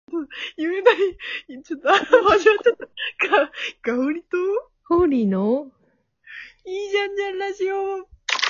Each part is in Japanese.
言えない。ちょっと、間違っちゃった。ガオリとホーリーのいいじゃんじゃんラジオ。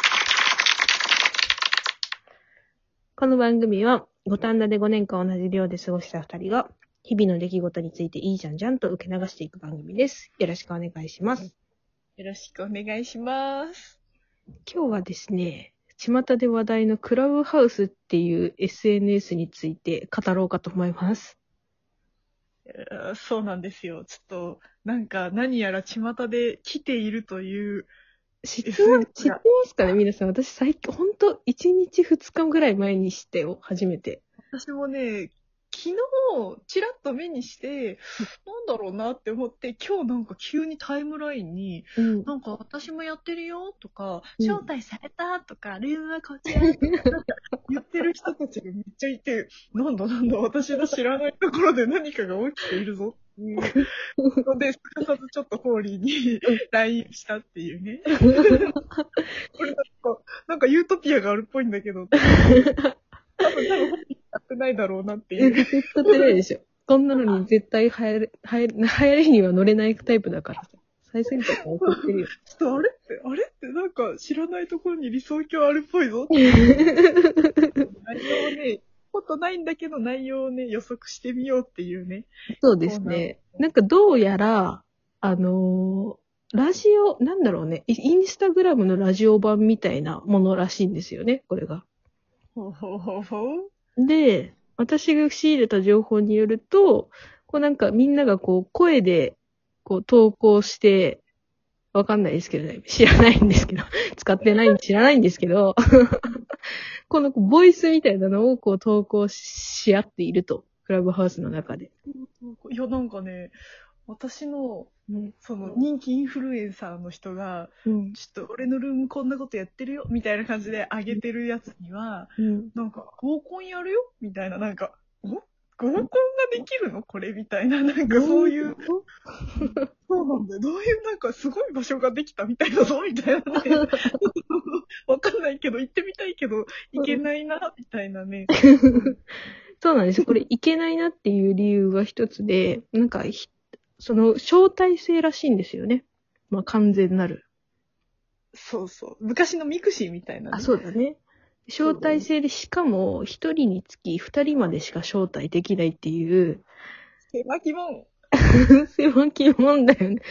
この番組は、五反田で5年間同じ寮で過ごした2人が、日々の出来事についていいじゃんじゃんと受け流していく番組です。よろしくお願いします。 よろしくお願いします。 今日はですね、巷で話題のクラブハウスっていう SNS について語ろうかと思います。 そうなんですよ。ちょっと、何やら巷で来ているという、 知ってますかね皆さん。私最近、ほんと1日2日ぐらい前に知ってよ、初めて。 私もね、昨日、ちらっと目にして、なんだろうなって思って、今日急にタイムラインに、私もやってるよとか、招待されたとか、ルームはこちらとか、言ってる人たちがめっちゃいて、なんだ、私の知らないところで何かが起きているぞっていうので、すかさずちょっとホーリーに LINE したっていうね。これユートピアがあるっぽいんだけど、多分やってないだろうなっていう。 絶対やってないでしょ。こんなのに絶対流行りには乗れないタイプだからさ。最先端が送ってるよ。 ちょっとあれって知らないところに理想郷あるっぽいぞっていう内容をね、ことないんだけど内容をね、予測してみようっていうね。 そうですね。どうやら、ラジオ、なんだろうね、インスタグラムのラジオ版みたいなものらしいんですよね、これが。 ほうほうほうほう。 で、私が仕入れた情報によると、みんなが声で投稿して、わかんないですけどね。知らないんですけど。知らないんですけど。このボイスみたいなのを投稿し合っていると。クラブハウスの中で。 いや私の、その人気インフルエンサーの人が、ちょっと俺のルームこんなことやってるよ、みたいな感じで上げてるやつには、合コンやるよみたいな、合コンができるのこれみたいな、そういう、そうなんだよ。どういうすごい場所ができたみたいなぞ、みたいなね。わかんないけど、行ってみたいけど、行けないな、みたいなね。 そうなんです。これ、いけないなっていう理由は一つで、その、招待制らしいんですよね。まあ、完全なる。 そうそう。昔のミクシーみたいなね。 あ、そうだね。招待制で、しかも、一人につき二人までしか招待できないっていう。 狭きもん。 狭きもんだよね。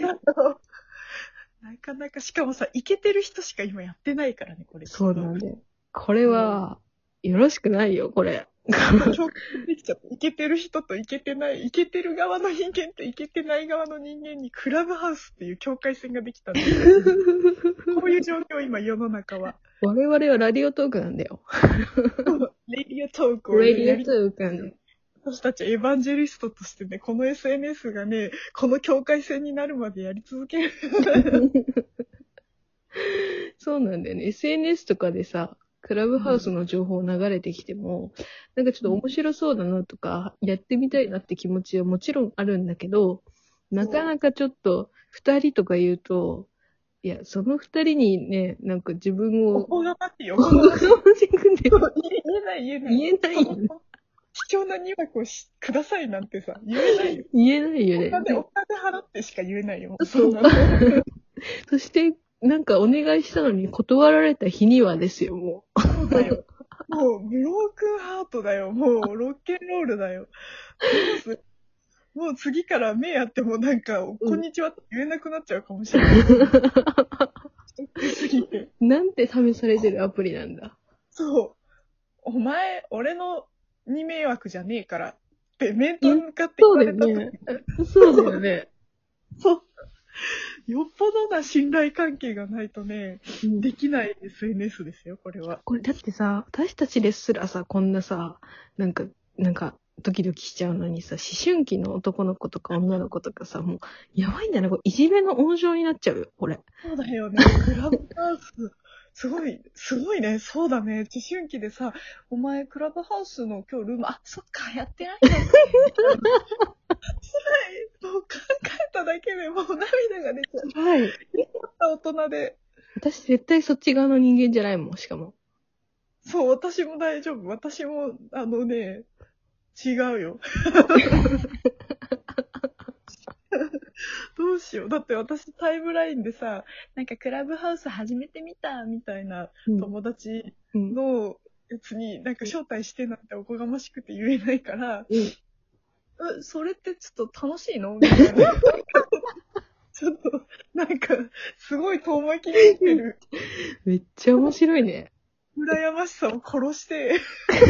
なかなか、しかもさ、イケてる人しか今やってないからね、これ。 そうなんだよ。これは、よろしくないよ、これ。 できちゃった。イケてる人とイケてない、イケてる側の人間とイケてない側の人間にクラブハウスっていう境界線ができたんだよ。こういう状況、今世の中は。 我々はラディオトークなんだよ。 レディオトークをラディオトークなんだよ。 私たちエヴァンジェリストとしてね、この SNS がね、この境界線になるまでやり続ける。 そうなんだよね。SNS とかでさ、クラブハウスの情報流れてきても、ちょっと面白そうだなとか、やってみたいなって気持ちはもちろんあるんだけど、なかなかちょっと、二人とか言うと、いや、その二人にね、自分を、 おこがましいよ。 言言えない。 言えないよね。 貴重な2枠をくださいなんてさ、言えないよ。 言えないよね。 お金払ってしか言えないよ。 そう。そして、お願いしたのに断られた日にはですよ、もう。 そうだよ。もう、ブロークンハートだよ。もう、ロッケンロールだよ。もう次から目あってもこんにちはって言えなくなっちゃうかもしれない。すぎて。 なんて試されてるアプリなんだ。 そう。お前、俺のに迷惑じゃねえからって面と向かって言われた時に。 そうだよね。 そう。よっぽどな信頼関係がないとね、できない SNS ですよ、これは。 これだってさ、私たちですらさ、こんなさ、ドキドキしちゃうのにさ、思春期の男の子とか女の子とかさ、もう、やばいんだな、これ、いじめの温床になっちゃうよ、これ。 そうだよね、クラブハウス。すごいね。そうだね。思春期でさ、お前、クラブハウスの今日ルーム、あ、そっか、やってないんだ。辛い。もう考えただけでもう涙が出ちゃう。 はい。 大人で。 私絶対そっち側の人間じゃないもん、しかも。 そう、私も大丈夫。私も、 違うよ。どうしよう。だって私タイムラインでさ、なんかクラブハウス始めてみたみたいな友達のやつになんか招待してなんておこがましくて言えないから、それってちょっと楽しいのみたいな。ちょっと、なんか、すごい遠巻きに言ってる。 めっちゃ面白いね。 羨ましさを殺して、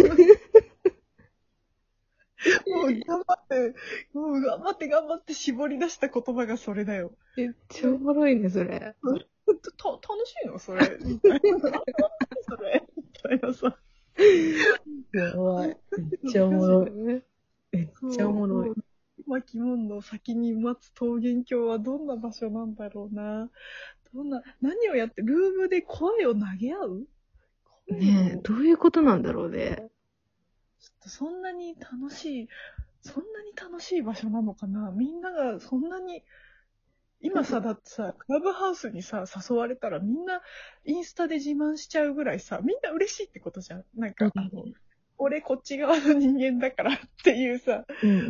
もう頑張って絞り出した言葉がそれだよ。 めっちゃおもろいね、それ。 楽しいのそれみたいな。それみたいなさ。 やばい。めっちゃおもろい。めっちゃおもろい。 巻物の先に待つ桃源郷はどんな場所なんだろうな。何をやって、ルームで声を投げ合うねえ、どういうことなんだろうね。 ちょっとそんなに楽しい場所なのかな。みんながそんなに、今さ、だってさ、クラブハウスにさ、誘われたらみんなインスタで自慢しちゃうぐらいさ、みんな嬉しいってことじゃん。なんか、俺こっち側の人間だからっていうさ、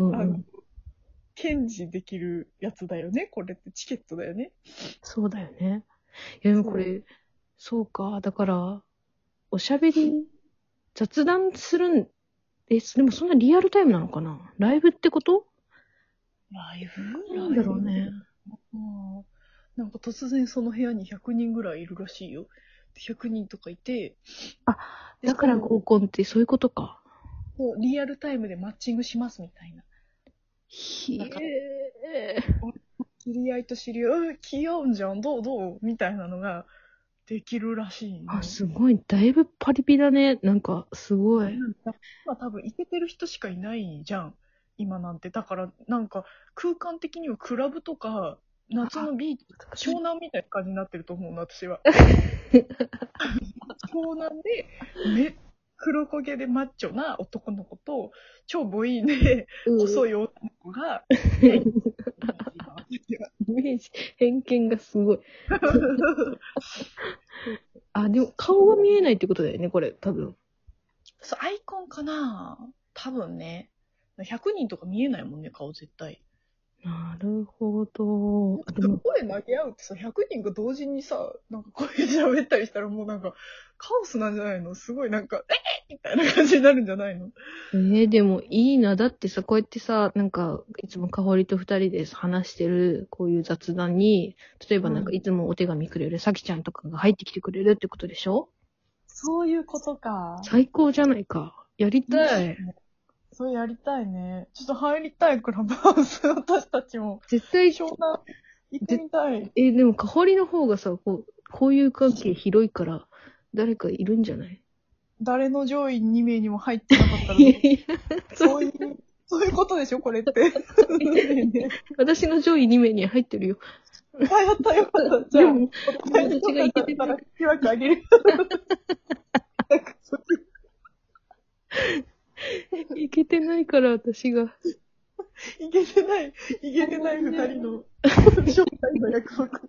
堅持できるやつだよね。これってチケットだよね。 そうだよね。いや、でもこれ、そうか。だから、おしゃべり、雑談するんです。でもそんなリアルタイムなのかな？ライブってこと？ ライブなんだろうね。 なんか突然その部屋に100人ぐらいいるらしいよ。100人とかいて。 あ、だから合コンってそういうことか。 リアルタイムでマッチングしますみたいな。知り合いと知り合い、気合うんじゃん、どうみたいなのができるらしい、ね。 あ、すごい。だいぶパリピだね。なんか、すごい。 まあ多分、イケてる人しかいないじゃん。今なんて。だから、なんか、空間的にはクラブとか、夏のビーチ、湘南みたいな感じになってると思うの、私は。湘南で、黒焦げでマッチョな男の子と、超ボイーで、細い女の子が、 イメージ、偏見がすごい。あ、でも顔は見えないってことだよね、これ、多分。 そう、アイコンかな多分ね。100人とか見えないもんね、顔絶対。 なるほど。 でも声投げ合うってさ、100人が同時にさ、なんか声喋ったりしたらもうなんか、カオスなんじゃないの？すごいなんか、みたいな感じになるんじゃないの？ でもいいな。だってさ、こうやってさ、なんか、いつもかほりと二人で話してる、こういう雑談に、例えばなんかいつもお手紙くれる、さきちゃんとかが入ってきてくれるってことでしょ？ そういうことか。 最高じゃないか。やりたい。 そうやりたいね。ちょっと入りたい、クラブハウス。私たちも。 絶対、 湘南行ってみたい。 でもかほりの方がさ、こういう関係広いから、誰かいるんじゃない？ 誰の上位2名にも入ってなかったら、そういうことでしょこれって。 私の上位2名には入ってるよ。 やったよかった。じゃあ、友達がいけてたら、疑惑あげる。 いけてないから、私が。 いけてない二人の正体の約束。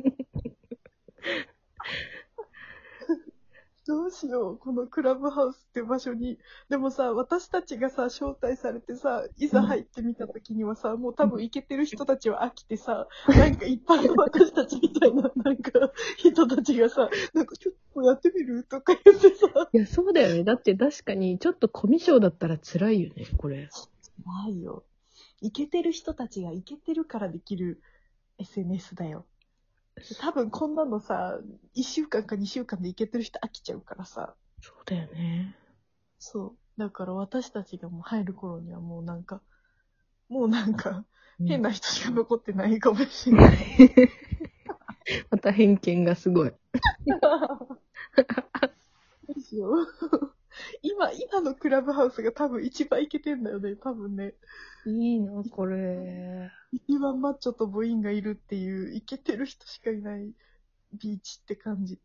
どうしよう、このクラブハウスって場所に。でもさ、私たちがさ、招待されてさ、いざ入ってみた時にはさ、もう多分イケてる人たちは飽きてさ、なんか一般の私たちみたいな、なんか、人たちがさ、なんかちょっとやってみるとか言ってさ。 いや、そうだよね。だって確かに、ちょっとコミュ障だったら辛いよね、これ。 ないよ。イケてる人たちがイケてるからできる SNS だよ。多分こんなのさ、1週間か2週間でイケてる人飽きちゃうからさ。 そうだよね。 そう。だから私たちがもう入る頃にはもうなんか、変な人しか残ってないかもしれない。 また偏見がすごい。 どうしよう。今のクラブハウスが多分一番イケてんだよね、多分ね。 いいな、これ。 一番マッチョとボインがいるっていう、イケてる人しかいないビーチって感じ。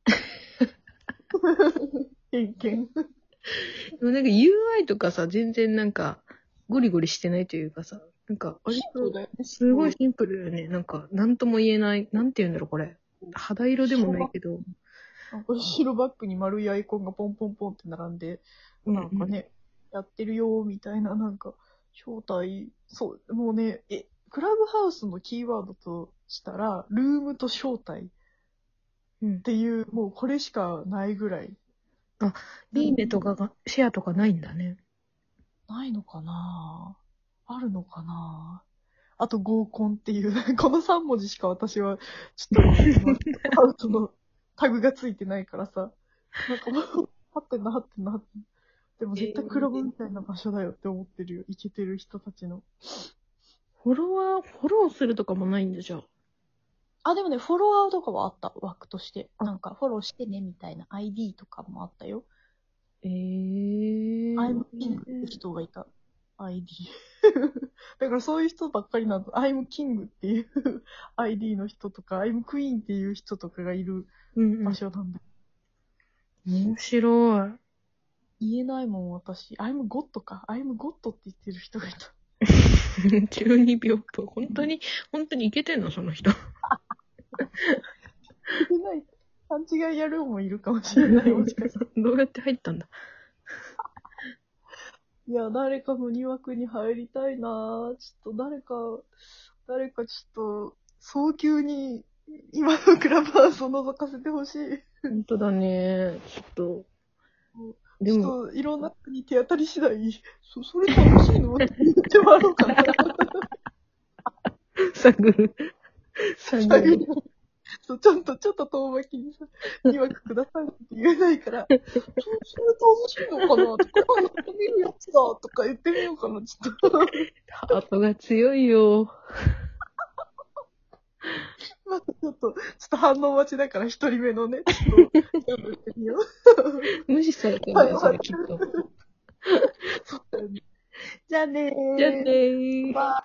偏見。 でもなんか UI とかさ、全然なんか、ゴリゴリしてないというかさ、なんか、あれすごいシンプルだよね。なんか、なんとも言えない、なんて言うんだろう、これ。肌色でもないけど。 後ろバックに丸いアイコンがポンポンポンって並んで、なんかね、 やってるよ、みたいな、なんか、招待、そう、もうね、クラブハウスのキーワードとしたら、ルームと招待っていう、もうこれしかないぐらい。 あ、いいねとかが、シェアとかないんだね。 ないのかなあるのかなあと合コンっていう、この3文字しか私は、ちょっと、アウトのタグがついてないからさ、なんかもう、はってんな、はってんな、はってんな。でも絶対クラブみたいな場所だよって思ってるよ。イケてる人たちの。 フォローするとかもないんでしょ。 あ、でもね、フォロワーとかはあった、枠として。なんか、フォローしてね、みたいな ID とかもあったよ。I'm King って人がいた。ID。だからそういう人ばっかりなの。I'm King っていうID の人とか、I'm Queen っていう人とかがいる場所なんだ。 面白い。 言えないもん、私。I'm God か。I'm God って言ってる人がいた。 12秒っぽい。本当にいけてんのその人。 言えない。勘違いやるもいるかもしれない。もしかしたら。 どうやって入ったんだ。 いや、誰かの2枠に入りたいなぁ。ちょっと誰かちょっと、早急に、今のクラブハウスを覗かせてほしい。 本当だね。ちょっと。でも。 ちょっと、いろんな人に手当たり次第、それ楽しいのって言ってもらおうかな。 探る。 そう、ちょっと遠巻きにさ、2枠くださいって言えないから、それ楽しいのかなとか、やってみるやつだとか言ってみようかな、ちょっと。 ハートが強いよ。 またちょっと反応待ちだから一人目のね、ちょっと、やってみよう。 無視されてるんだよ、それきっと。 そうだよね。じゃあねー。 じゃあねー。 バイ。